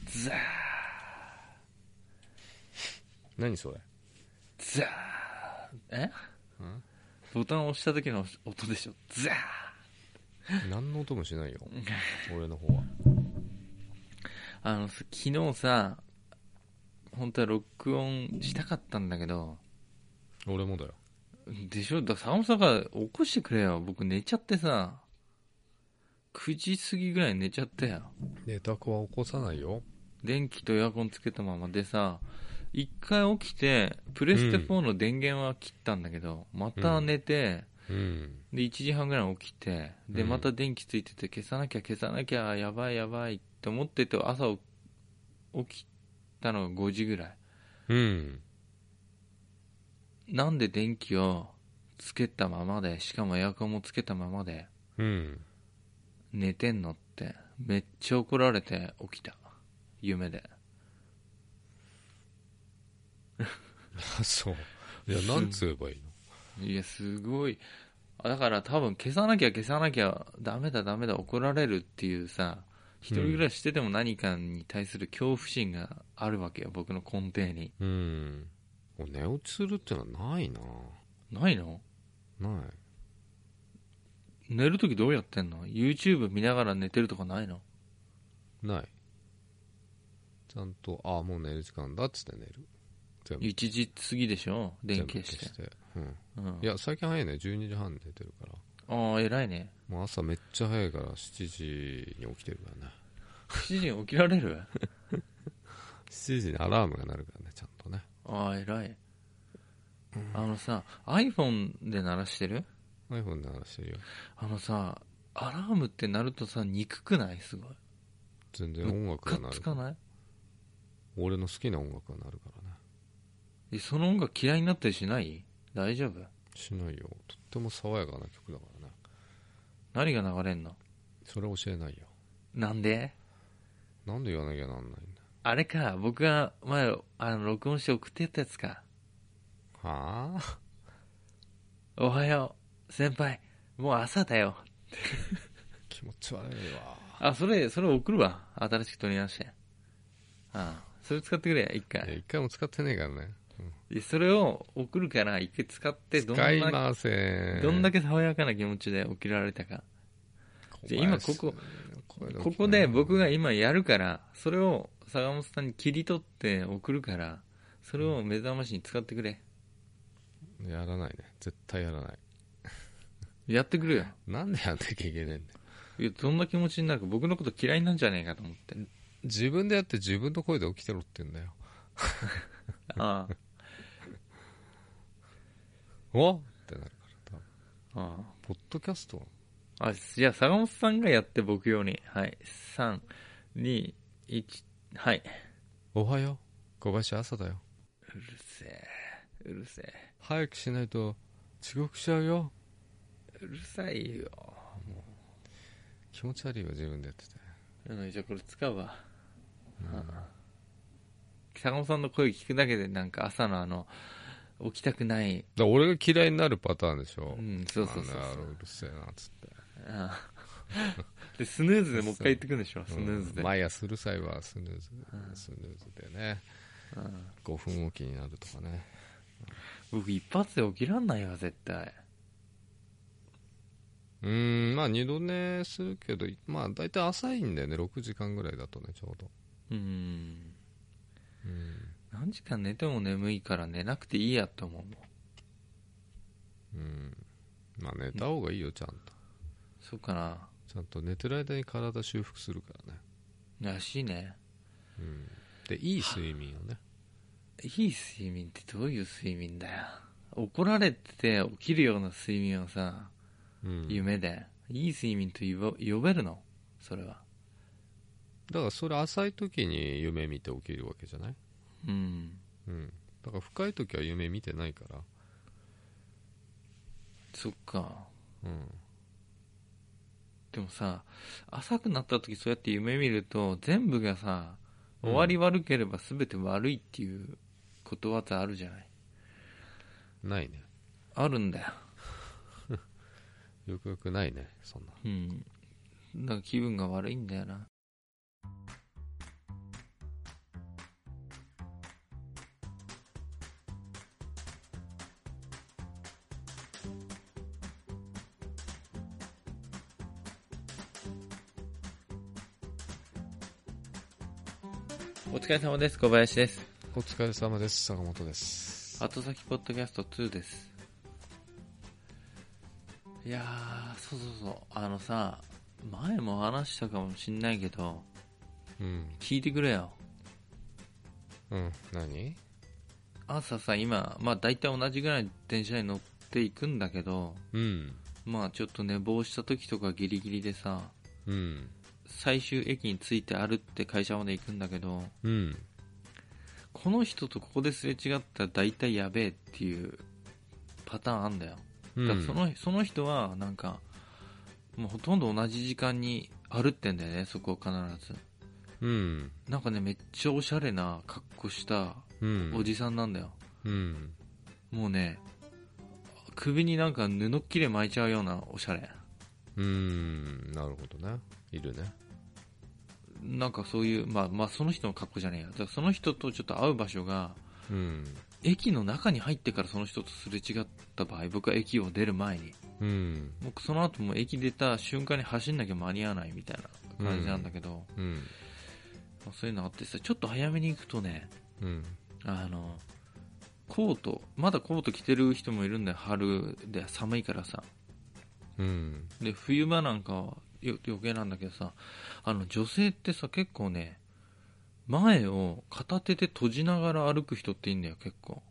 ザー。 何それ？ ザー。ボタンを押した時の音でしょ。ザー。 何の音もしないよ俺の方は。 昨日さ、本当は録音したかったんだけど。 俺もだよ。 でしょ。だから坂本さんが起こしてくれよ。僕寝ちゃってさ、9時過ぎぐらい寝ちゃったよ。 寝た子は起こさないよ。 電気とエアコンつけたままでさ、一回起きてプレステ4の電源は切ったんだけど、また寝て、で1時半ぐらいに起きて、でまた電気ついてて消さなきゃやばいって思ってて、朝起きたのが5時ぐらい。なんで電気をつけたままで、しかもエアコンもつけたままで寝てんのってめっちゃ怒られて起きた、夢で。 そう。いや、なんつえばいいの？いや、すごい。だから多分消さなきゃダメだ怒られるっていうさ、一人暮らししてても何かに対する恐怖心があるわけよ、僕の根底に。 寝落ちするってのはないな。 ないの？ ない。 寝るときどうやってんの？ YouTube 見ながら寝てるとかないの？ ない。ちゃんと、もう寝る時間だっつって寝る。 1時過ぎでしょ、電気消して。 いや最近早いね、12時半に寝てるから。 ああ、偉いね。 もう朝めっちゃ早いから7時に起きてるからね。 7時に起きられる 7時にアラームが鳴るからね、ちゃんとね。 ああ、偉い。さ、iPhone で鳴らしてる？ iPhone で鳴らしてるよ。 さ、アラームって鳴るとさ、憎くない？すごい。 全然音楽が鳴る。 つかない？ 俺の好きな音楽が鳴るからね。 その音楽嫌いになったりしない？大丈夫？ しないよ。とっても爽やかな曲だからね。 何が流れんの？ それ教えないよ。 なんで言わなきゃなんないんだ。 あれか、僕が前録音して送ってやったやつか。 はあ。 おはよう先輩、もう朝だよ気持ち悪いわ。 それ送るわ、新しく取り直して。それ使ってくれ、一回。 一回も使ってねえからね。 それを送るから一回使って、 使いません。 どんだけ爽やかな気持ちで起きられたか。じゃあ今ここで僕が今やるから、それを坂本さんに切り取って送るから、それを目覚ましに使ってくれ。 やらないね、絶対やらない。 やってくれよ。 なんでやんなきゃいけねえんだよ。 いや、どんな気持ちになるか、僕のこと嫌いなんじゃねえかと思って。 自分でやって自分の声で起きてろって言うんだよ。おってなるから多分。ポッドキャスト。 じゃあ坂本さんがやって、僕用に。はい、3、2、1、はい。 おはよう小林、朝だよ。 うるせえ早くしないと遅刻しちゃうよ。 うるさいよ。 もう気持ち悪いよ、自分でやってて。 じゃあこれ使うわ。坂本さんの声聞くだけでなんか朝の起きたくない。 だ俺が嫌いになるパターンでしょ。 そう。 うるせえなっつって。 でスヌーズでもう一回言ってくるんでしょ。スヌーズで。 毎朝うるさいわ、スヌーズでね。5分おきになるとかね。 僕一発で起きらんないわ絶対。 まあ二度寝するけど、まあ大体浅いんだよね、6時間ぐらいだとね、ちょうど。 何時間寝ても眠いから寝なくていいやと思うもん。まあ寝た方がいいよ、ちゃんと。 そうかな。 ちゃんと寝てる間に体修復するからね。 らしいね。 で、いい睡眠をね。 いい睡眠ってどういう睡眠だよ。怒られて起きるような睡眠をさ、夢でいい睡眠と呼べるの？それは。 だからそれ浅い時に夢見て起きるわけじゃない？だから深い時は夢見てないから。 そっか。でもさ、浅くなった時そうやって夢見ると全部がさ、終わり悪ければ全て悪いっていうことわざあるじゃない。 ないね。 あるんだよ。 よくよくないね、そんな。 だから気分が悪いんだよな。 お疲れ様です。小林です。 お疲れ様です。坂本です。 後先ポッドキャスト2です。いやー、そうさ、前も話したかもしんないけど、聞いてくれよ。 何？ 朝さ、今だいたい同じぐらい電車に乗っていくんだけど、ちょっと寝坊した時とかギリギリでさ、最終駅に着いて歩って会社まで行くんだけど、この人とここですれ違ったら大体やべえっていうパターンあんだよ。だからその人はなんかもうほとんど同じ時間に歩ってんだよね、そこを必ず。なんかね、めっちゃおしゃれな格好したおじさんなんだよ。もうね、首になんか布っきれ巻いちゃうようなおしゃれ。 なるほどね。いるね。 なんかそういう、その人の格好じゃねえよ。だからその人とちょっと会う場所が、駅の中に入ってからその人とすれ違った場合、僕は駅を出る前に、僕その後も駅出た瞬間に走んなきゃ間に合わないみたいな感じなんだけど、そういうのあってさ、ちょっと早めに行くとね、コート、まだコート着てる人もいるんだよ。春で寒いからさ。で冬場なんかは余計なんだけどさ、女性ってさ、結構ね、前を片手で閉じながら歩く人っていいんだよ、結構。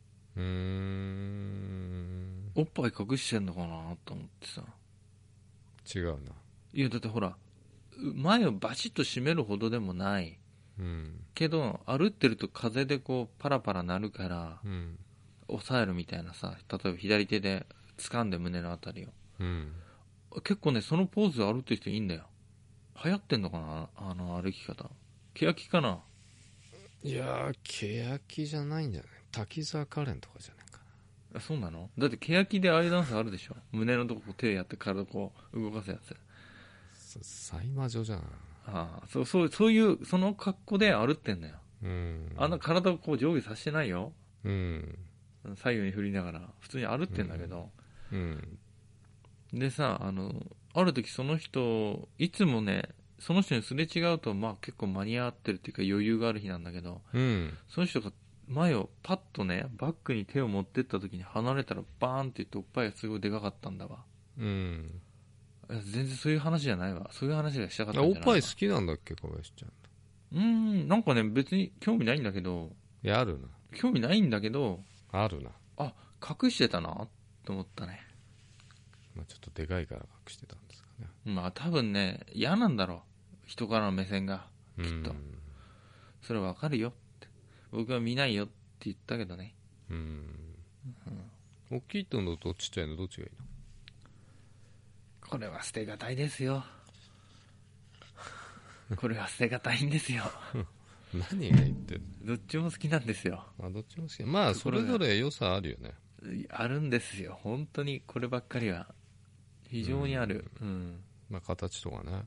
おっぱい隠してんのかなと思ってさ。 違うな。 いやだってほら、前をバチッと閉めるほどでもない、けど歩ってると風でこうパラパラ鳴るから、押さえるみたいなさ。例えば左手で掴んで胸のあたりを、結構ね、そのポーズで歩ってる人いいんだよ。流行ってんのかな、歩き方。欅かな。 いやー、欅じゃないんじゃない？滝沢カレンとかじゃないかな。そうなの？だって欅でアイダンスあるでしょ。胸のとこ手やって体こう動かすやつ。 サイマ女じゃん。 そういうその格好で歩ってんだよ。あんな体をこう上下させてないよ。左右に振りながら普通に歩ってんだけど、でさ、ある時その人、いつもね、その人にすれ違うと結構間に合ってるっていうか余裕がある日なんだけど、その人が前をパッとね、バッグに手を持ってった時に離れたらバーンって言っておっぱいがすごいでかかったんだわ。全然そういう話じゃないわ。そういう話がしたかったんじゃないわ。 おっぱい好きなんだっけ、小林ちゃん。 なんかね、別に興味ないんだけど。 いや、あるな。 興味ないんだけど、 あるな。 隠してたなと思ったね。 ちょっとでかいから隠してたんですかね。 多分ね、嫌なんだろう、人からの目線がきっと。それわかるよって、僕は見ないよって言ったけどね。 大きいのとちっちゃいのどっちがいいの？ これは捨てがたいですよ。これは捨てがたいんですよ。 何が言ってるの？ どっちも好きなんですよ。 どっちも好き。それぞれ良さあるよね。 あるんですよ、本当に。こればっかりは非常にある。 形とかね。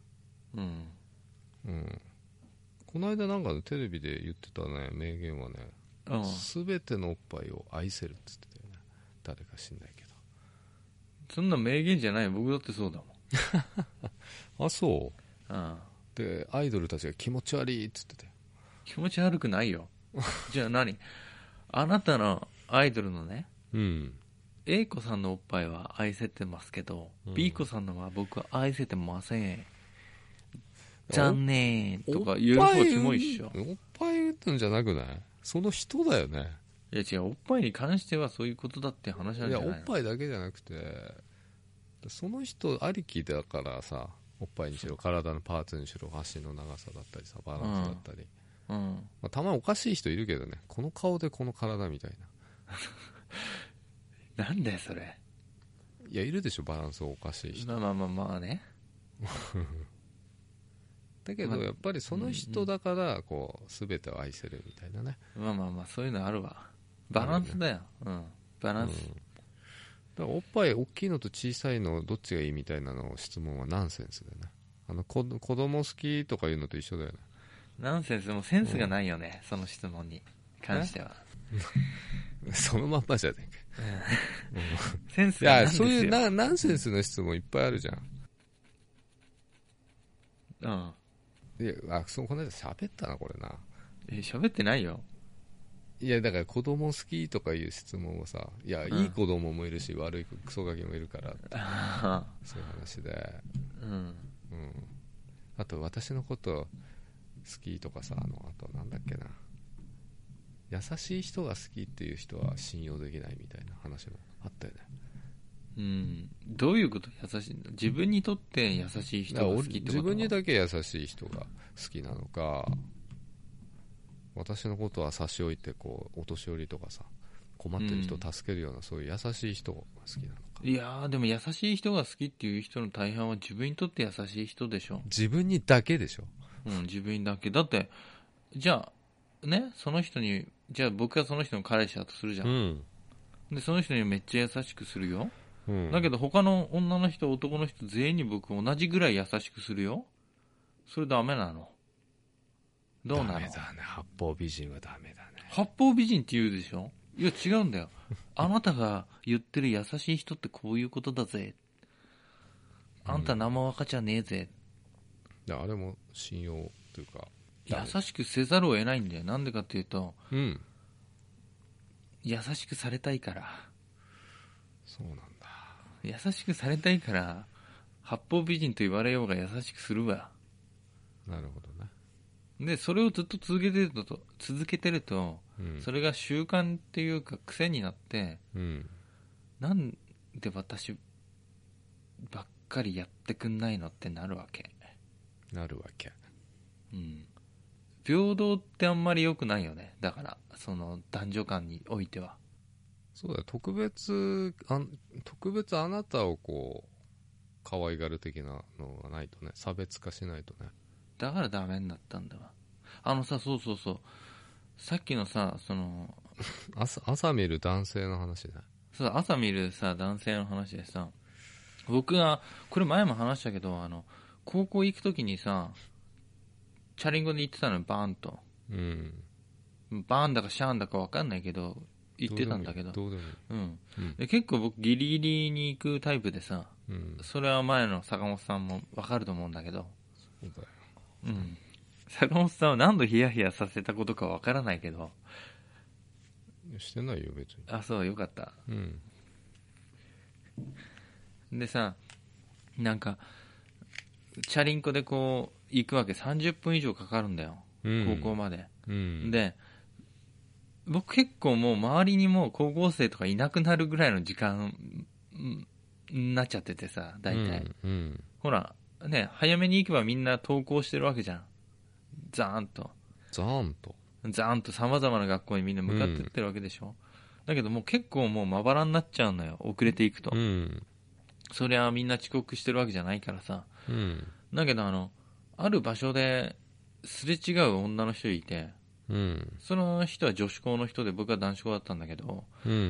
この間なんかテレビで言ってたね、名言はね、全てのおっぱいを愛せるって言ってたよね。誰か知んないけど。 そんな名言じゃないよ、僕だってそうだもん。そう。 うん。 でアイドルたちが気持ち悪いって言ってたよ。 気持ち悪くないよ。じゃあ何？あなたのアイドルのね、A 子さんのおっぱいは愛せてますけど、B 子さんのは僕は愛せてません、残念とか言う方がキモいっしょ。 おっぱい打つんじゃなくない？その人だよね。 いや違う、おっぱいに関してはそういうことだって話なんじゃないの？ いや、おっぱいだけじゃなくて、その人ありきだからさ、おっぱいにしろ体のパーツにしろ、足の長さだったりさ、バランスだったり、たまにおかしい人いるけどね、この顔でこの体みたいな。なんだよそれ。 いや、いるでしょ、バランスおかしい人。 ね。 だけどやっぱりその人だからこう全てを愛せるみたいなね。 そういうのあるわ。バランスだよ。バランス。 だからおっぱい大きいのと小さいのどっちがいいみたいなの質問はナンセンスだよね。子供好きとかいうのと一緒だよね。 ナンセンス。もうセンスがないよね、その質問に関しては。 そのまんまじゃねえか。センスがないんですよ。 いや、そういうナンセンスの質問いっぱいあるじゃん。いや、この間喋ったなこれな。 喋ってないよ。 いやだから子供好きとかいう質問をさ、いや、いい子供もいるし悪いクソガキもいるからってそういう話で、あと私のこと好きとかさ、あとなんだっけな、優しい人が好きっていう人は信用できないみたいな話もあったよね。 どういうこと？優しい、自分にとって優しい人が好きってこと？ 自分にだけ優しい人が好きなのか、私のことは差し置いてこうお年寄りとかさ、困ってる人を助けるような、そういう優しい人が好きなのか。 いやー、でも優しい人が好きっていう人の大半は自分にとって優しい人でしょ。 自分にだけでしょ。 自分にだけだって。じゃあね、その人に、じゃあ僕がその人の彼氏だとするじゃん、でその人にめっちゃ優しくするよ、だけど他の女の人男の人全員に僕同じぐらい優しくするよ。それダメなの？どうなの？ ダメだね、八方美人はダメだね。 八方美人って言うでしょ。いや違うんだよ。あなたが言ってる優しい人ってこういうことだぜ。あんた生若ちゃねえぜ。 あれも信用というか優しくせざるを得ないんだよ。なんでかっていうと、優しくされたいから。 そうなんだ。 優しくされたいから八方美人と言われようが優しくするわ。 なるほどね。 でそれをずっと続けてると、それが習慣っていうか癖になって、なんで私ばっかりやってくんないのってなるわけ。平等ってあんまり良くないよね。だからその男女間においては。 そうだよ、特別あなたをこう可愛がる的なのがないとね、差別化しないとね。 だからダメになったんだわ。そうさっきのさ、その朝見る男性の話ね。 そう朝見るさ男性の話でさ、僕がこれ前も話したけど、高校行く時にさチャリンコで行ってたのよ、バーンと、バーンだかシャーンだか分かんないけど行ってたんだけど、で結構僕ギリギリに行くタイプでさ、それは前の坂本さんも分かると思うんだけど、 そうだよ、 坂本さんは何度ヒヤヒヤさせたことか分からないけど。 してないよ別に。 あ、そう、よかった。でさ、なんかチャリンコでこう行くわけ。30分以上かかるんだよ、高校まで、で僕結構もう周りにもう高校生とかいなくなるぐらいの時間になっちゃっててさ、大体、ほらね、早めに行けばみんな登校してるわけじゃん。ザーンとさまざまな学校にみんな向かってってるわけでしょ、だけどもう結構もうまばらになっちゃうのよ、遅れていくと、そりゃみんな遅刻してるわけじゃないからさ、だけどある場所ですれ違う女の人いて、その人は女子校の人で僕は男子校だったんだけど、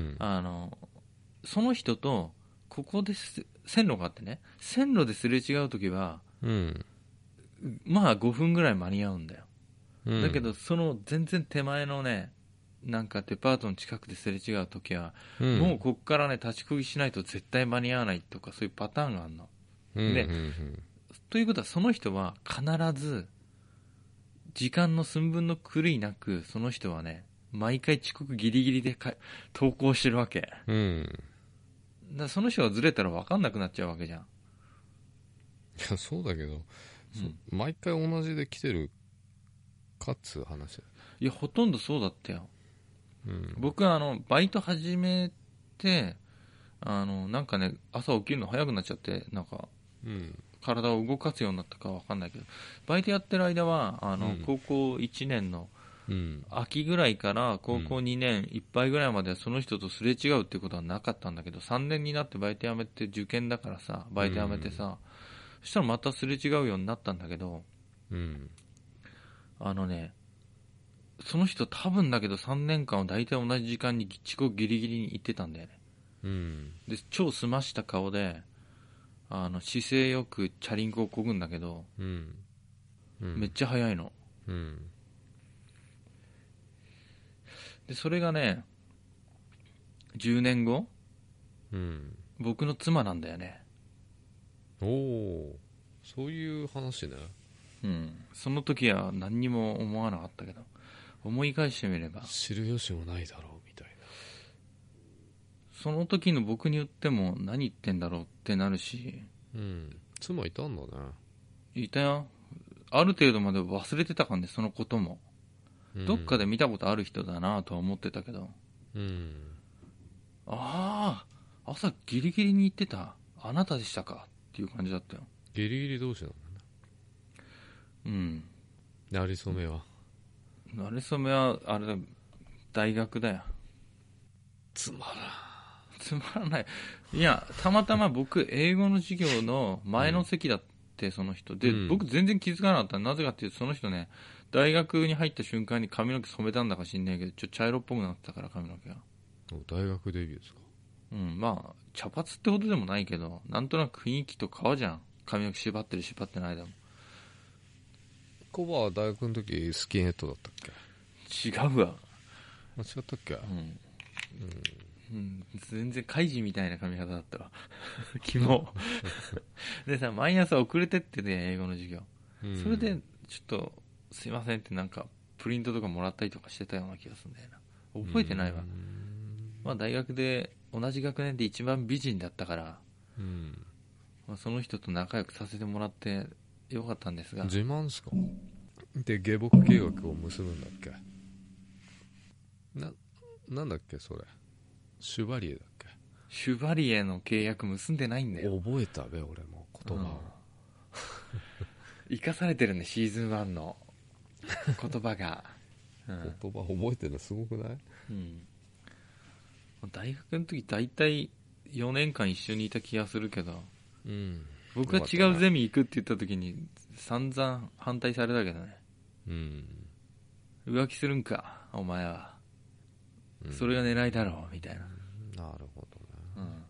その人とここで線路があってね、線路ですれ違う時は、まあ5分ぐらい間に合うんだよ、だけどその全然手前のね、なんかデパートの近くですれ違う時は、もうこっからね立ちこぎしないと絶対間に合わないとか、そういうパターンがあるの、でということはその人は必ず時間の寸分の狂いなく、その人はね毎回遅刻ギリギリで登校してるわけ、だからその人がずれたら分かんなくなっちゃうわけじゃん。いやそうだけど、毎回同じで来てるかっつう話だよ。 いやほとんどそうだったよ、僕はバイト始めてなんかね朝起きるの早くなっちゃって、なんか、体を動かすようになったか分かんないけど、バイトやってる間は高校1年の秋ぐらいから高校2年いっぱいぐらいまではその人とすれ違うっていうことはなかったんだけど、3年になってバイト辞めて、受験だからさバイト辞めてさ、そしたらまたすれ違うようになったんだけど、その人多分だけど3年間は大体同じ時間に遅刻ギリギリに行ってたんだよね、で超澄ました顔で姿勢よくチャリンコを漕ぐんだけど、めっちゃ速いの、でそれがね10年後、僕の妻なんだよね。 おお、そういう話ね。 その時は何にも思わなかったけど、 思い返してみれば知る由もないだろうみたいな。 その時の僕に言っても何言ってんだろうってなるし、 妻いたんだね。 いたよ。ある程度まで忘れてたかんね、そのことも、どっかで見たことある人だなとは思ってたけど、ああ朝ギリギリに言ってたあなたでしたかっていう感じだったよ。 ギリギリ同士なんだね。なりそめはあれだ、大学だよ。 つまらない。いや、たまたま僕英語の授業の前の席だって、その人で、僕全然気づかなかった。なぜかっていうと、その人ね、大学に入った瞬間に髪の毛染めたんだか知んないけど、茶色っぽくなってたから、髪の毛が。 大学デビューですか。 まあ茶髪ってほどでもないけど、なんとなく雰囲気と川じゃん。髪の毛縛ってる縛ってないでも。 コバは大学の時スキンヘッドだったっけ。 違うわ。 違ったっけ。 全然カイジみたいな髪型だったわ。キモ。でさ、毎朝遅れてってね、英語の授業。それでちょっとすいませんってなんかプリントとかもらったりとかしてたような気がするんだよな。覚えてないわ。まあ大学で同じ学年で一番美人だったから、まあ、その人と仲良くさせてもらってよかったんですが。 自慢っすか。で下僕計画を結ぶんだっけ。なんだっけそれ。シュバリエだっけ。 シュバリエの契約結んでないんだよ。 覚えたべ俺も言葉を、 生かされてるね、シーズン1の言葉が、 言葉覚えてるのすごくない。 大学の時大体4年間一緒にいた気がするけど、僕が違うゼミ行くって言った時に散々反対されたけどね。浮気するんかお前は、それが狙いだろうみたいな。 なるほどね。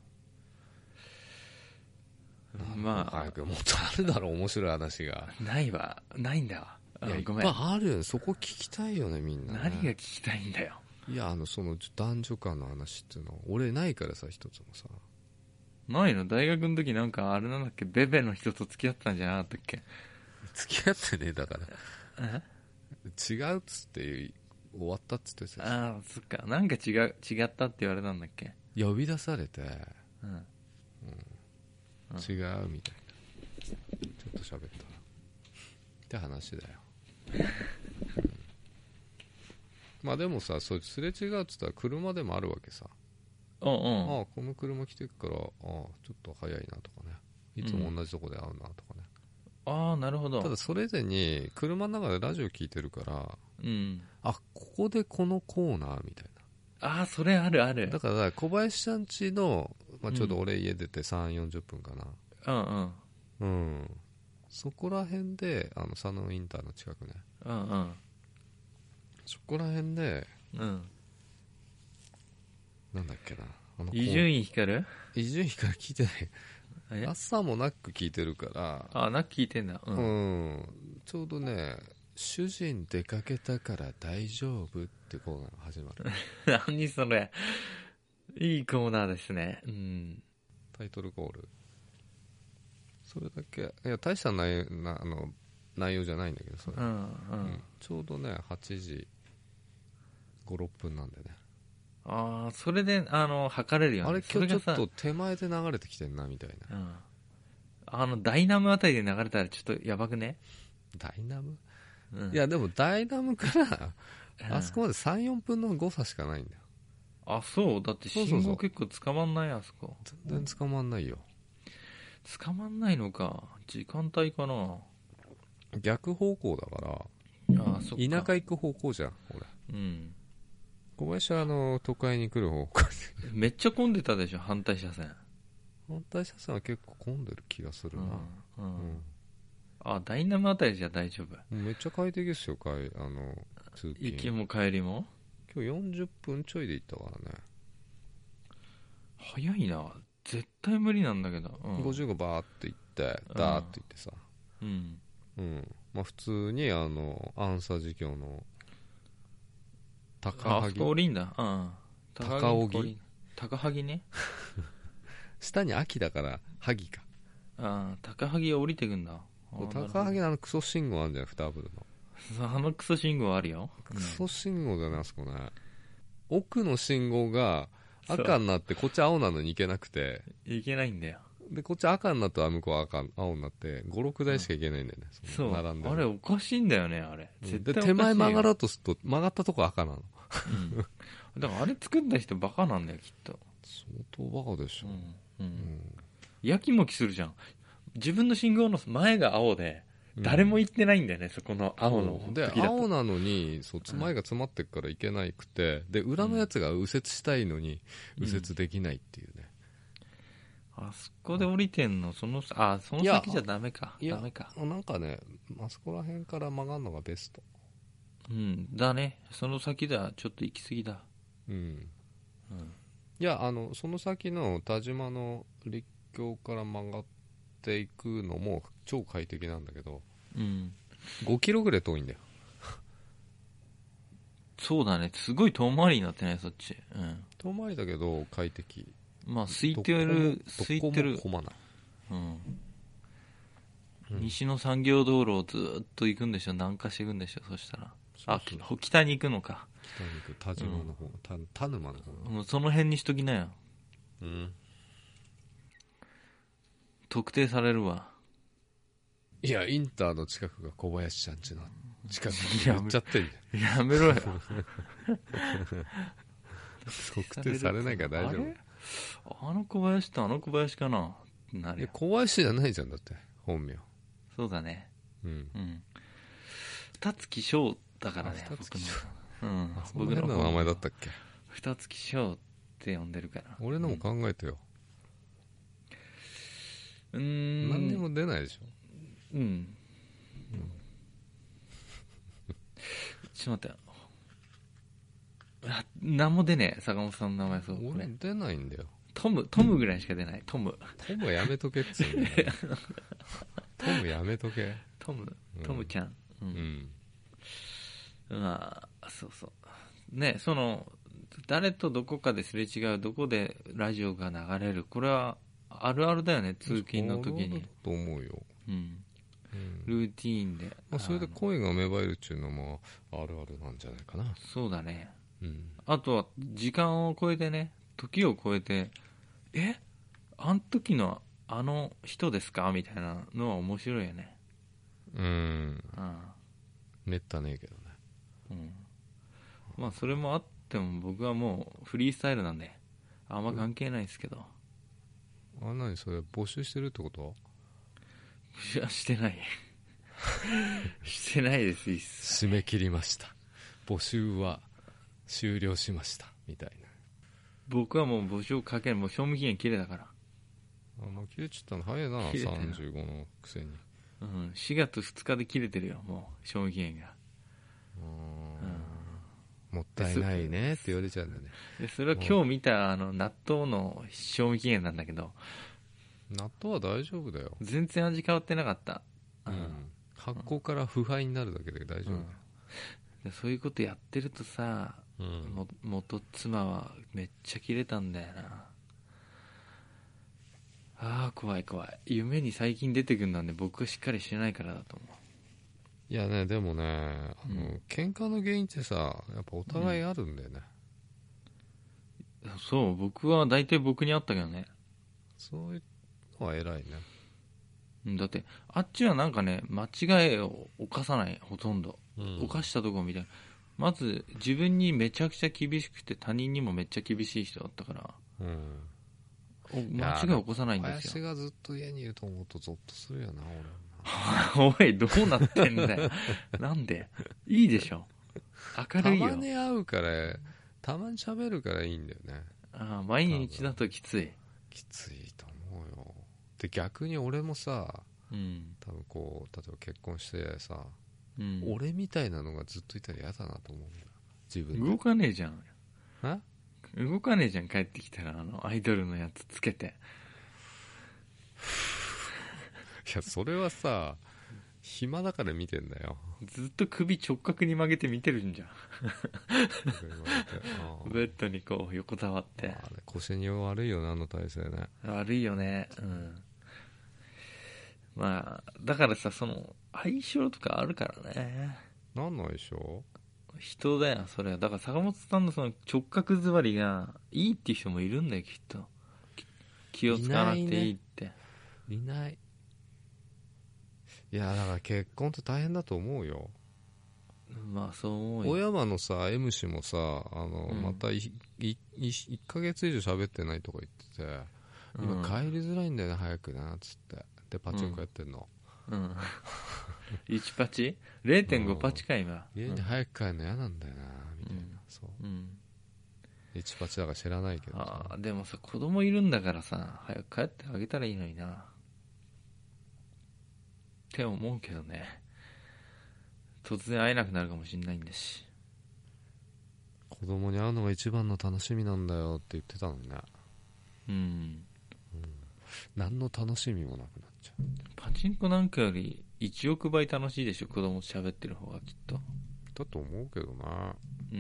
まあ早くもっとあるだろう面白い話が。 ないんだわ。 いやごめん。 いっぱいある。そこ聞きたいよねみんなね。 何が聞きたいんだよ。 いやその男女間の話っていうの俺ないからさ、一つもさ。 ないの？大学の時なんかあれなんだっけ、ベベの人と付き合ってたんじゃなかったっけ。 付き合ってねえだから違うっつって終わったっつってさ。そっか。なんか違ったって言われたんだっけ。 呼び出されて、違うみたいな、ちょっと喋ったらって話だよまあでもさ、そうすれ違うっつったら車でもあるわけさ。この車来てるからちょっと早いなとかね、いつも同じとこで会うなとかね。 なるほど。 ただそれでに車の中でラジオ聞いてるから、ここでこのコーナーみたいな。それあるある。 だから小林さん家の、ちょうど俺家出て3、40分かな。そこら辺で佐野インターの近くね。そこら辺で、なんだっけな、 伊集院光聞いてない。朝もナック聞いてるから。 ナック聞いてんだ。 ちょうどね、主人出かけたから大丈夫ってコーナーが始まる何それ、いいコーナーですね。 タイトルコール、それだけ。いや大した内容じゃないんだけど、それ、ちょうどね8時5、6分なんでね。 それで測れるよね。 あれ今日ちょっと手前で流れてきてんなみたいな。ダイナムあたりで流れたらちょっとやばくね。 ダイナム、いやでもダイナムからあそこまで3、4分の誤差しかないんだよ。 そうだって信号結構捕まんない。あそこ全然捕まんないよ。 捕まんないのか、時間帯かな。 逆方向だから。そっか、田舎行く方向じゃん俺。小林は都会に来る方向でめっちゃ混んでたでしょ、反対車線。 反対車線は結構混んでる気がするな。 ダイナムあたりじゃ大丈夫。 めっちゃ快適ですよ、通勤。 行きも帰りも。 今日40分ちょいで行ったからね。 早いな。絶対無理なんだけど。 55バーって行ってダーって行ってさ。まあ普通にアンサー事業の高萩。 降りんだ。 高荻。 高萩ね。 下に秋だから萩か。 高萩降りてくんだ。 高萩のクソ信号あるじゃん、2ブルの。 あのクソ信号あるよ。 クソ信号だね、あそこね。奥の信号が赤になって、こっち青なのに行けなくて。 いけないんだよ。 で、こっち赤になって向こう青になって、5、6台しか行けないんだよね。 そう。 並んであれおかしいんだよね、あれ。絶対おかしいよ。 で、手前曲がろうとすると、曲がったとこ赤なの。 だからあれ作った人バカなんだよ、きっと。 相当バカでしょ。 やきもきするじゃん。自分の信号の前が青で、誰も行ってないんだよね、そこの青の時だと。 で、青なのに、前が詰まってるから行けなくて、で、裏のやつが右折したいのに、右折できないっていうね。 あそこで降りてんの、その先じゃダメか。ダメか。 なんかね、あそこら辺から曲がるのがベスト。 だね。その先ではちょっと行き過ぎだ。 いや、その先の田島の陸橋から曲がっていくのも超快適なんだけど、5キロぐらい遠いんだよ。 そうだね。すごい遠回りになってない、そっち。 遠回りだけど快適。 まあ、空いてる。 どこも混まない。 西の産業道路をずっと行くんでしょ。南下していくんでしょ、そしたら。北に行くのか。 北に行く、田島の方、田沼の方。 もうその辺にしときなよ。特定されるわ。 いや、インターの近くが小林ちゃんちの近くに言っちゃってるじゃん。やめろよ。 特定されないから大丈夫。あの小林とあの小林かな。 小林じゃないじゃん、だって本名。 そうだね。二月翔だからね。 僕の名前だったっけ。 二月翔って呼んでるから。 俺のも考えてよ。何にも出ないでしょ。 ちょっと待って。何も出ねえ、坂本さんの名前。 俺出ないんだよ。 トムぐらいしか出ない。トムはやめとけっつうんだよ。トムやめとけ。 トムちゃん。まあ、そうそう。ね、誰とどこかですれ違う、どこでラジオが流れる。これはあるあるだよね、通勤の時に。 と思うよ。 ルーティーンで。 それで声が芽生えるっていうのもあるあるなんじゃないかな。 そうだね。あとは時間を超えてね、時を超えて、あの時のあの人ですかみたいなのは面白いよね。 めったねえけどね。 まあそれもあっても僕はもうフリースタイルなんであんま関係ないですけど。 何それ募集してるってこと？ いや、してないしてないです。 締め切りました、募集は終了しましたみたいな。 僕はもう募集をかける。もう賞味期限切れだから。 もう切れちゃったの早いな。35のくせに。 4月2日で切れてるよ、もう賞味期限が。 もったいないねって言われちゃうんだよね。 でそれは今日見た納豆の賞味期限なんだけど、 納豆は大丈夫だよ。 全然味変わってなかった。 発酵から腐敗になるだけで大丈夫だよ。 そういうことやってるとさ、元妻はめっちゃキレたんだよな。怖い。夢に最近出てくるんだんで、僕はしっかりしてないからだと思う。 いやね、でもね、喧嘩の原因ってさ、やっぱお互いあるんだよね。 そう、僕は大体僕にあったけどね。 そういうのは偉いね。 だってあっちはなんかね、間違いを犯さない。ほとんど、犯したとこみたいな。まず自分にめちゃくちゃ厳しくて、他人にもめっちゃ厳しい人だったから、間違いを起こさないんですよ。 林がずっと家にいると思うとゾッとするよな、 俺おい、どうなってんだよなんでいいでしょ、明るいよ。 たまに会うから、たまに喋るからいいんだよね。 毎日だときついと思うよ。で、逆に俺もさ、多分こう例えば結婚してさ、俺みたいなのがずっといたら嫌だなと思うんだよ、自分で。 動かねえじゃん。動かねえじゃん、帰ってきたらアイドルのやつつけて。 いや、それはさ、暇だから見てんだよ。 ずっと首直角に曲げて見てるんじゃんベッドにこう横たわって。 腰に悪いよな、あの体勢ね。 悪いよね。まあだからさ、相性とかあるからね。 なんないでしょ。 人だよそれは。だから坂本さんのその直角座りがいいっていう人もいるんだよきっと。気を使わなくていいって。 いない。いやだから結婚って大変だと思うよ。 まあそう思うよ。 小山のさ M 氏もさまた1ヶ月以上喋ってないとか言ってて、今帰りづらいんだよね早くなっつってでパチンコやってんの。 1パチ 0.5 パチか今。 家に早く帰るの嫌なんだよなみたいな。そう、1パチだから知らないけどさ。 でもさ子供いるんだからさ早く帰ってあげたらいいのになって思うけどね。突然会えなくなるかもしれないんだし。 子供に会うのが一番の楽しみなんだよって言ってたのにね。何の楽しみもなくなっちゃう。 パチンコなんかより1億倍楽しいでしょ子供と喋ってる方がきっと。 だと思うけどな。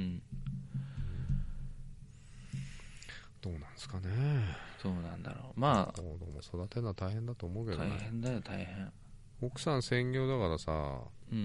どうなんですかね。 そうなんだろう。まあ子供育てるのは大変だと思うけどね。 大変だよ大変。 奥さん専業だからさ、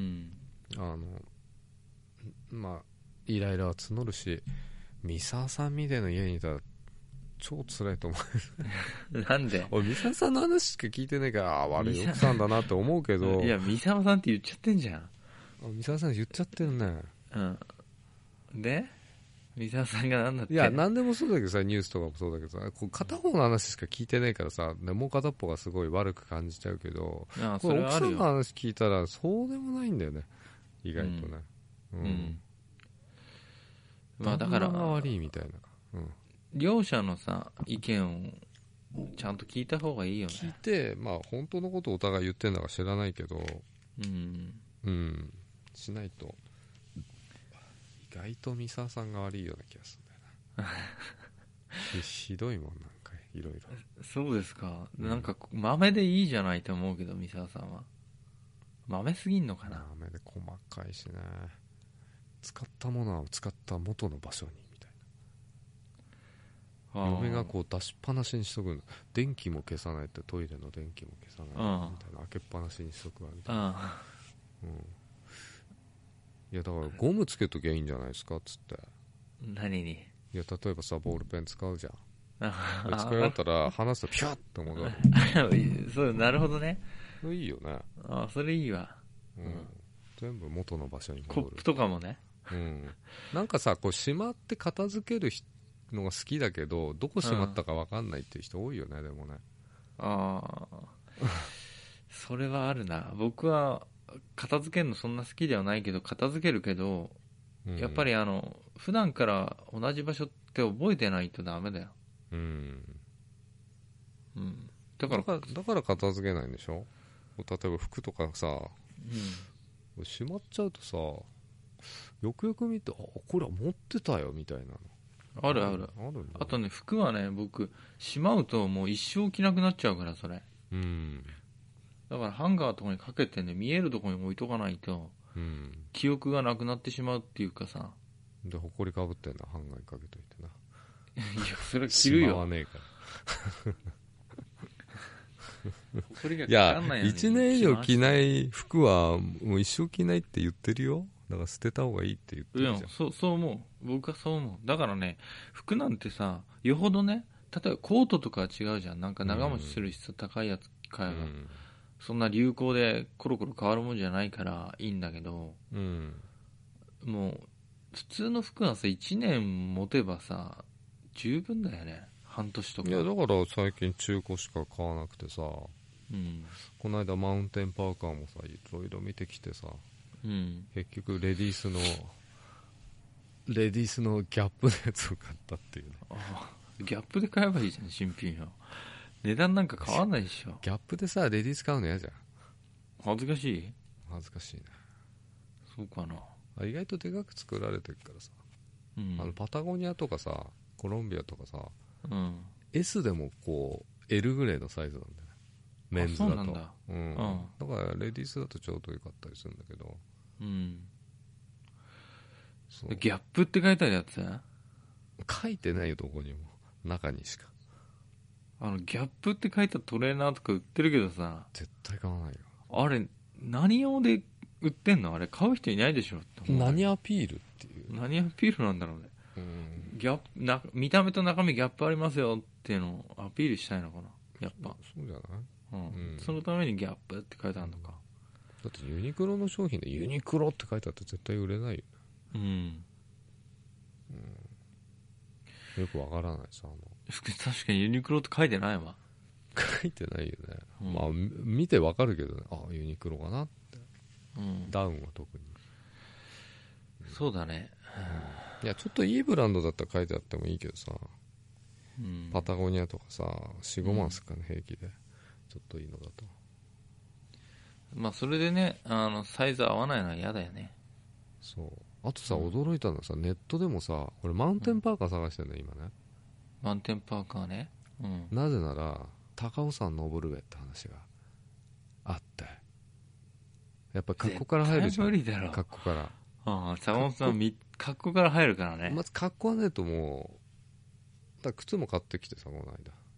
まあイライラは募るし、三沢さんみたいな家にいたら超辛いと思うなんで俺三沢さんの話しか聞いてないから悪い奥さんだなって思うけどいや三沢さんって言っちゃってんじゃん。 三沢さん言っちゃってるね。 で三沢さんが何だって。 いや何でもそうだけどさ、ニュースとかもそうだけどさ、こう片方の話しか聞いてないからさ、もう片っぽがすごい悪く感じちゃうけど、これ奥さんの話聞いたらそうでもないんだよね意外とね。まあだから旦那が悪いみたいな。 両者のさ意見をちゃんと聞いた方がいいよね。 聞いて、まあ本当のことをお互い言ってるのか知らないけど、しないと意外と三沢さんが悪いような気がするんだよなひどいもんなんかいろいろ。 そうですか。なんか豆でいいじゃないと思うけど三沢さんは豆すぎんのかな。 豆で細かいしね。使ったものは使った元の場所にみたいな。嫁がこう出しっぱなしにしとくの。電気も消さないって、トイレの電気も消さないみたいな、開けっぱなしにしとくわみたいな。いやだからゴムつけときゃいいんじゃないですかっつって。 何に。 いや例えばさボールペン使うじゃん。使い終わったら離すとピュッと戻るそうなるほどね。 いいよね。 それいいわ。 全部元の場所に戻る。 コップとかもね。 なんかさこうしまって片付けるのが好きだけどどこしまったか分かんないっていう人多いよね。でもねそれはあるな。僕は片付けるのそんな好きではないけど片付けるけど、やっぱり普段から同じ場所って覚えてないとダメだよ。だから片付けないんでしょ。例えば服とかさ、しまっちゃうとさよくよく見てこれは持ってたよみたいなのある。あとね服はね僕しまうともう一生着なくなっちゃうからそれ。だからハンガーとかにかけてね見えるところに置いとかないと、記憶がなくなってしまうっていうかさ。 でほこりかぶってんなハンガーにかけといてな。 いやそれ着るよ。 しまわねえからいや 1年以上着ない服はもう一生着ないって言ってるよ。だから捨てた方がいいって言ってるじゃん。 いやそう思う。僕はそう思う。だからね服なんてさよほどね、例えばコートとかは違うじゃん。なんか長持ちするしさ、高いやつ買えば、そんな流行でコロコロ変わるもんじゃないからいいんだけど、もう普通の服はさ1年持てばさ十分だよね。半年とか。 いやだから最近中古しか買わなくてさ、この間マウンテンパーカーもさいろいろ見てきてさ、結局レディースのギャップのやつを買ったっていうね。 ギャップで買えばいいじゃん新品を。値段なんか変わんないでしょ。 ギャップでさレディース買うの嫌じゃん。 恥ずかしい。 恥ずかしいね。 そうかな。 意外とでかく作られてるからさ、パタゴニアとかさコロンビアとかさ、S でもこう L ぐらいのサイズなんだよねメンズだと。そうなんだ。だからレディースだとちょうどよかったりするんだけど、 ギャップって書いてあるやつ書いてないよどこにも。中にしか。 ギャップって書いたトレーナーとか売ってるけどさ絶対買わないよ。 あれ何用で売ってんのあれ買う人いないでしょって思う。 何アピールっていう。 何アピールなんだろうね。ギャップ見た目と中身ギャップありますよっていうのをアピールしたいのかな、やっぱ。 そうじゃない、 そのためにギャップって書いてあるのか。 だってユニクロの商品でユニクロって書いてあって絶対売れないよね。よくわからないさ、 確かにユニクロって書いてないわ。 書いてないよね。まあ見てわかるけどね、あ、ユニクロかなって。ダウンは特に。 そうだね。 いや、ちょっといいブランドだったら書いてあってもいいけどさ、パタゴニアとかさ、4、5万すっかね、平気で。ちょっといいのだと。 まあそれでね、サイズ合わないのは嫌だよね。 そう。あとさ、驚いたのはさ、ネットでもさ、俺マウンテンパーカー探してるの、今ね。 マウンテンパーカーね。 なぜなら、高尾山登るべって話があって。やっぱ格好から入るじゃん。 無理だろ。 格好から。 坂本さん、格好から入るからね。 まず格好はねえともう、靴も買ってきてさ、この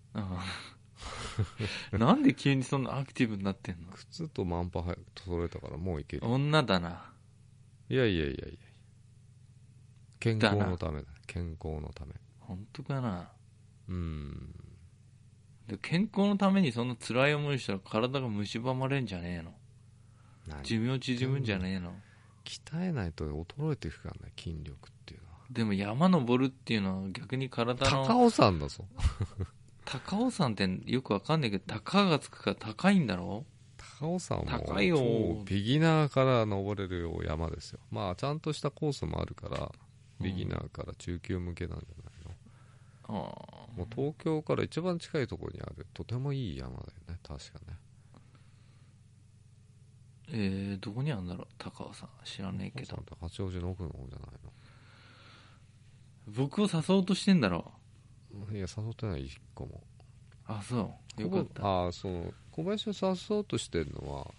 間。なんで急にそんなアクティブになってんの？ 靴とマンパ揃えたからもういける。 女だな。 いや。健康のためだ。健康のため。 本当かな。で健康のためにそんな辛い思いしたら体が蝕まれんじゃねえの？寿命縮むんじゃねえの？ 鍛えないと衰えていくからね、筋力っていうのは。 でも山登るっていうのは逆に体の。 高尾山だぞ。 高尾山ってよくわかんないけど、高がつくから高いんだろ？ 高尾山も高いよ。 ビギナーから登れる山ですよ。まあちゃんとしたコースもあるからビギナーから中級向けなんじゃないの？もう東京から一番近いところにあるとてもいい山だよね、確かね。 どこにあるんだろう、高尾山。知らねえけど。 八王子の奥の方じゃないの？ 僕を誘おうとしてんだろう。いや、誘ってない、一個も。 あ、そうよかった。 そう小林を誘おうとしてるのは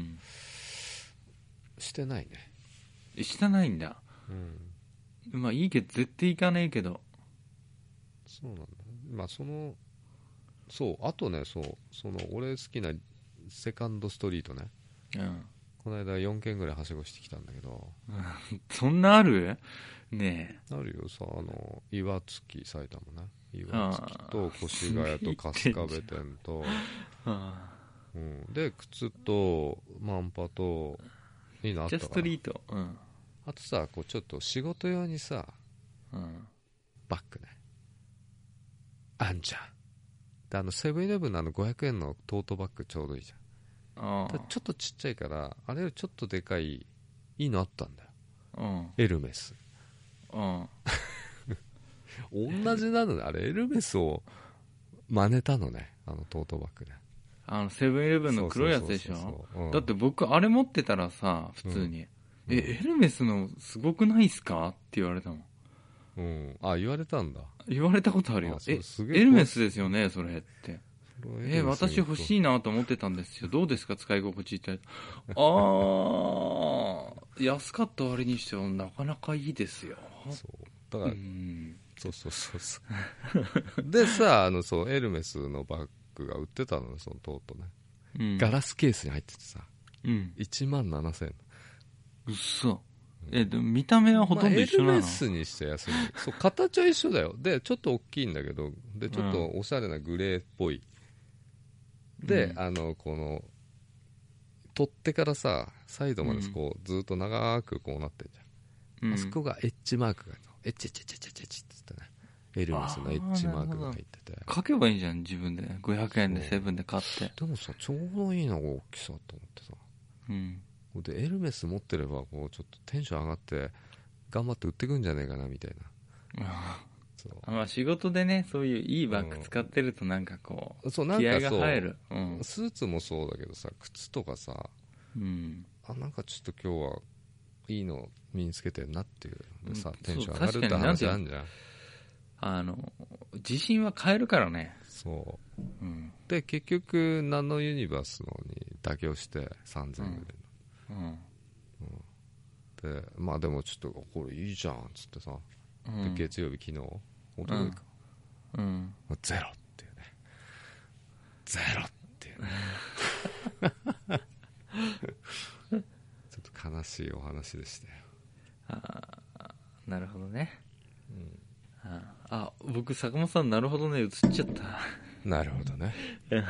してないね。 してないんだ。まあいいけど絶対行かねえけど。 そうなんだ。まあそうあとね、その俺好きなセカンドストリートね。この間4軒ぐらいはしごしてきたんだけど。 そんなある？ねえ。あるよさ、岩槻、埼玉ね。岩槻と越谷と春日部店と、で靴とマンパといいのあったから。 ストリート。 あとさ、こうちょっと仕事用にさ、バッグね。あんじゃん。でセブンイレブンの500円のトートバッグちょうどいいじゃん。ちょっとちっちゃいからあれよりちょっとでかいいいのあったんだよ。エルメス。同じなのね。あれエルメスを真似たのね、トートバッグで。 セブンイレブンの黒いやつでしょ。だって僕あれ持ってたらさ、普通に、エルメスのすごくないっすかって言われたもん。 言われたんだ。 言われたことあるよ。エルメスですよねそれって。私欲しいなと思ってたんですよ、どうですか使い心地って。安かった割にしてはなかなかいいですよ。 そうだから、そうでさ、エルメスのバッグが売ってたのね、そのトートね、ガラスケースに入っててさ、17,000円。 うっそ。見た目はほとんど一緒なの？ エルメスにして安い。そう、形は一緒だよ。でちょっと大きいんだけど、でちょっとおしゃれなグレーっぽいで、この取っ手からさ、サイドまでこうずっと長くこうなってるじゃん。あそこがエッジマークがエッチエッチエッチエッチエッチってね、エルメスのエッジマークが入ってて。 書けばいいじゃん自分で。500円でセブンで買って。 でもさ、ちょうどいいな大きさと思ってさ。でエルメス持ってればこうちょっとテンション上がって頑張って売ってくんじゃねえかなみたいな。 まあ仕事でね、そういういいバッグ使ってるとなんかこう、気合が入る。 スーツもそうだけどさ、靴とかさ、なんかちょっと今日はいいの身につけてんなっていうでさ、テンション上がるって話あんじゃん。自信は変えるからね。 そう、で結局ナノユニバースのに妥協して3000円で、まあでもちょっとこれいいじゃんっつってさ、で月曜日昨日おとといか、ゼロっていうね、ゼロっていうねちょっと悲しいお話でしたよ。 なるほどね。僕坂本さんなるほどね映っちゃったなるほどね。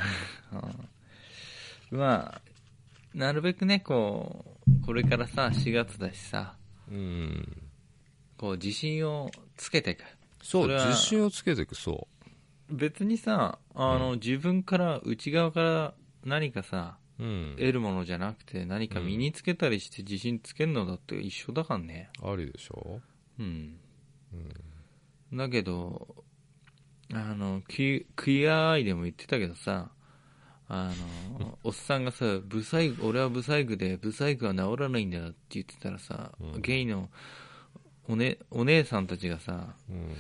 まあなるべくねこれからさ4月だしさ、こう自信をつけていく。 そう、自信をつけていく。そう別にさ自分から内側から何かさ、得るものじゃなくて何か身につけたりして自信つけるのだって一緒だからね。 ありでしょ。 だけどクイアアイでも言ってたけどさおっさんがさ俺はブサイクでブサイクは治らないんだって言ってたらさ、ゲイのお姉さんたちがさ、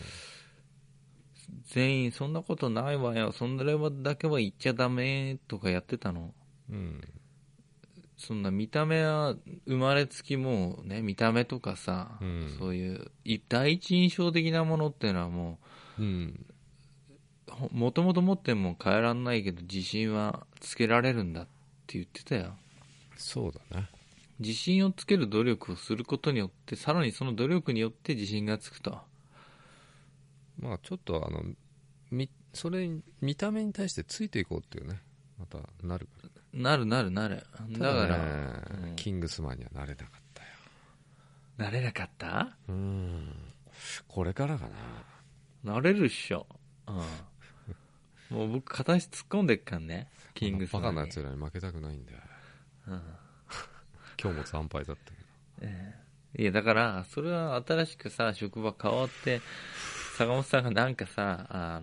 全員そんなことないわよ、そんなだけは言っちゃダメとかやってたの。そんな見た目は生まれつきもうね、見た目とかさ、そういう第一印象的なものっていうのはもう、もともと持っても変えらんないけど自信はつけられるんだって言ってたよ。 そうだね。 自信をつける努力をすることによってさらにその努力によって自信がつくと。 まあちょっとそれに見た目に対してついていこうっていうね、またなるから。 なるだから、 キングスマンにはなれなかったよ。 なれなかった？ これからかな。なれるっしょ。もう僕片足突っ込んでっかんね、キングスマンに。 バカな奴らに負けたくないんだよ。今日も惨敗だったけど。 いやだからそれは新しくさ職場変わって坂本さんがなんかさ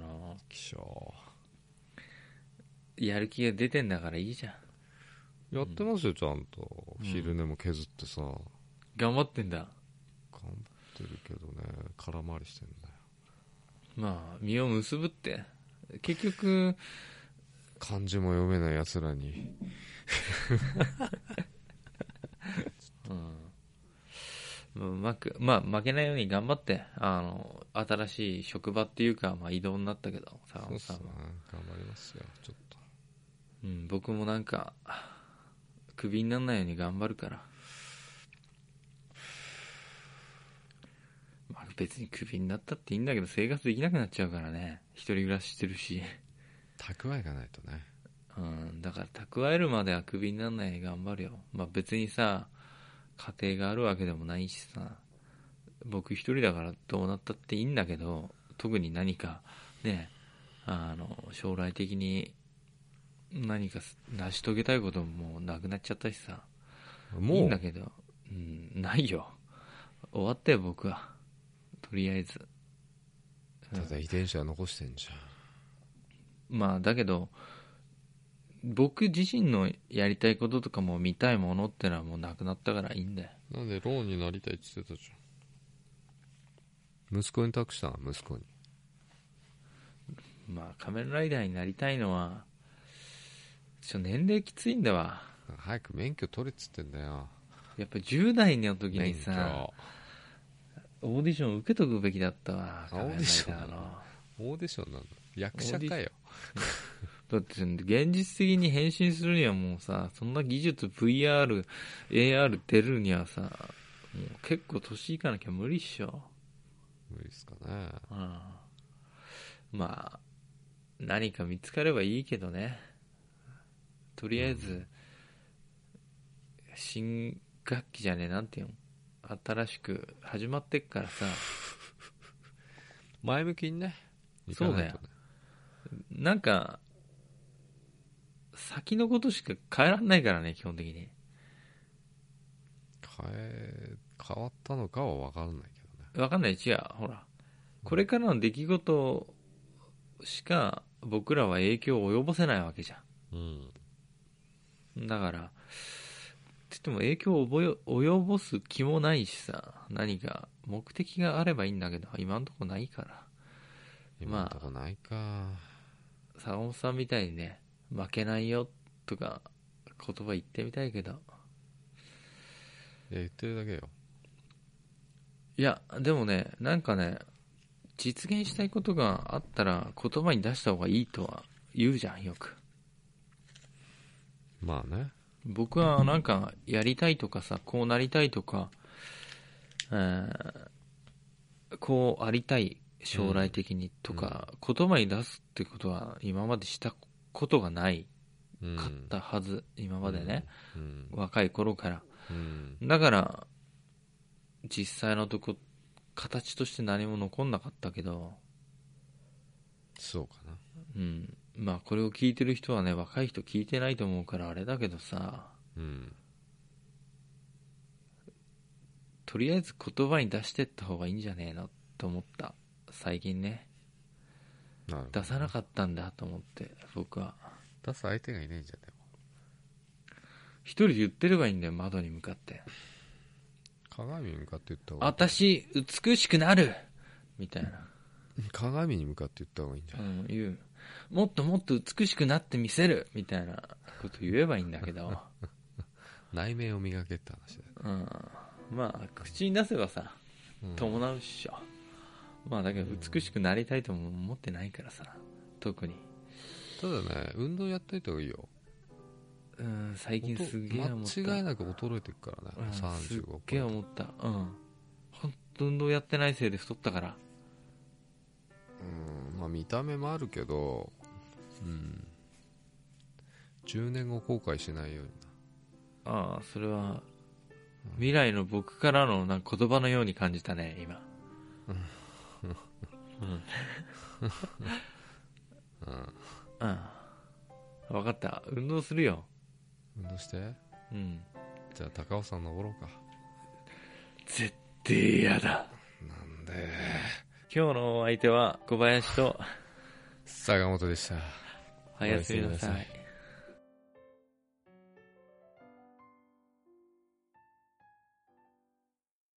やる気が出てんだからいいじゃん。 やってますよ、ちゃんと昼寝も削ってさ、 頑張ってんだ。 頑張ってるけどね、空回りしてんだよ。 まあ実を結ぶって結局漢字も読めない奴らに負けないように頑張って新しい職場っていうか、異動になったけど坂本さんは頑張りますよちょっと。 僕もなんかクビにならないように頑張るから。別にクビになったっていいんだけど生活できなくなっちゃうからね。一人暮らししてるし蓄えがないとね。 だから蓄えるまではクビにならないように頑張るよ。別にさ家庭があるわけでもないしさ、僕一人だからどうなったっていいんだけど、特に何かね将来的に何か成し遂げたいこともなくなっちゃったしさ、もういいんだけど、ないよ。終わったよ僕は。とりあえずただ遺伝子は残してんじゃん。だけど僕自身のやりたいこととかも見たいものってのはもうなくなったからいいんだよ。 なんでローンになりたいって言ってたじゃん。息子に託したの。息子に仮面ライダーになりたいのは年齢きついんだわ。 早く免許取れっつってんだよ。 やっぱ10代の時にさオーディション受けとくべきだったわ。 オーディションなの。役者かよだって現実的に変身するにはもうさ、そんな技術 VR、AR 出るにはさ、もう結構年いかなきゃ無理っしょ。 無理っすかね。 何か見つかればいいけどね。とりあえず、新学期じゃねえ、なんていうの、新しく始まってっからさ前向きにね。 そうだよ。なんか先のことしか変えらんないからね、基本的に。 変わったのかは分からないけどね。 分かんない。違う、ほらこれからの出来事しか僕らは影響を及ぼせないわけじゃん。だからって言っても影響を及ぼす気もないしさ、何か目的があればいいんだけど今んとこないから。 今んとこないか。 坂本さんみたいにね、負けないよとか言葉言ってみたいけど。 言ってるだけよ。 いやでもね、なんかね、実現したいことがあったら言葉に出した方がいいとは言うじゃん、よく。 まあね。 僕はなんかやりたいとかさ、こうなりたいとか、こうありたい将来的にとか、言葉に出すってことは今までしたことがないかったはず、今までね、若い頃から、だから実際のとこ形として何も残んなかったけど、 そうかな。 まあこれを聞いてる人はね、若い人聞いてないと思うからあれだけどさ、とりあえず言葉に出してった方がいいんじゃねえのと思った最近ね。出さなかったんだと思って。僕は出す相手がいないんじゃん。でも一人で言ってればいいんだよ、窓に向かって。 鏡に向かって言った方がいい。 私美しくなるみたいな。 鏡に向かって言った方がいいんじゃん。 言う。もっともっと美しくなってみせるみたいなこと言えばいいんだけど内面を磨けって話だよ。 まあ口に出せばさ伴うっしょ。まあだけど美しくなりたいとも思ってないからさ、特に。 ただね、運動やっといた方がいいよ。 最近すげえ思った。 間違いなく衰えていくからね、35。 すっげえ思った。ほんと運動やってないせいで太ったから。 まあ見た目もあるけど、10年後後悔しないようにな。それは未来の僕からのなんか言葉のように感じたね今。分かった、運動するよ。 運動して。じゃあ高尾山登ろうか。 絶対嫌だ。 なんで。 今日のお相手は小林と坂本でした。 おやすみなさい。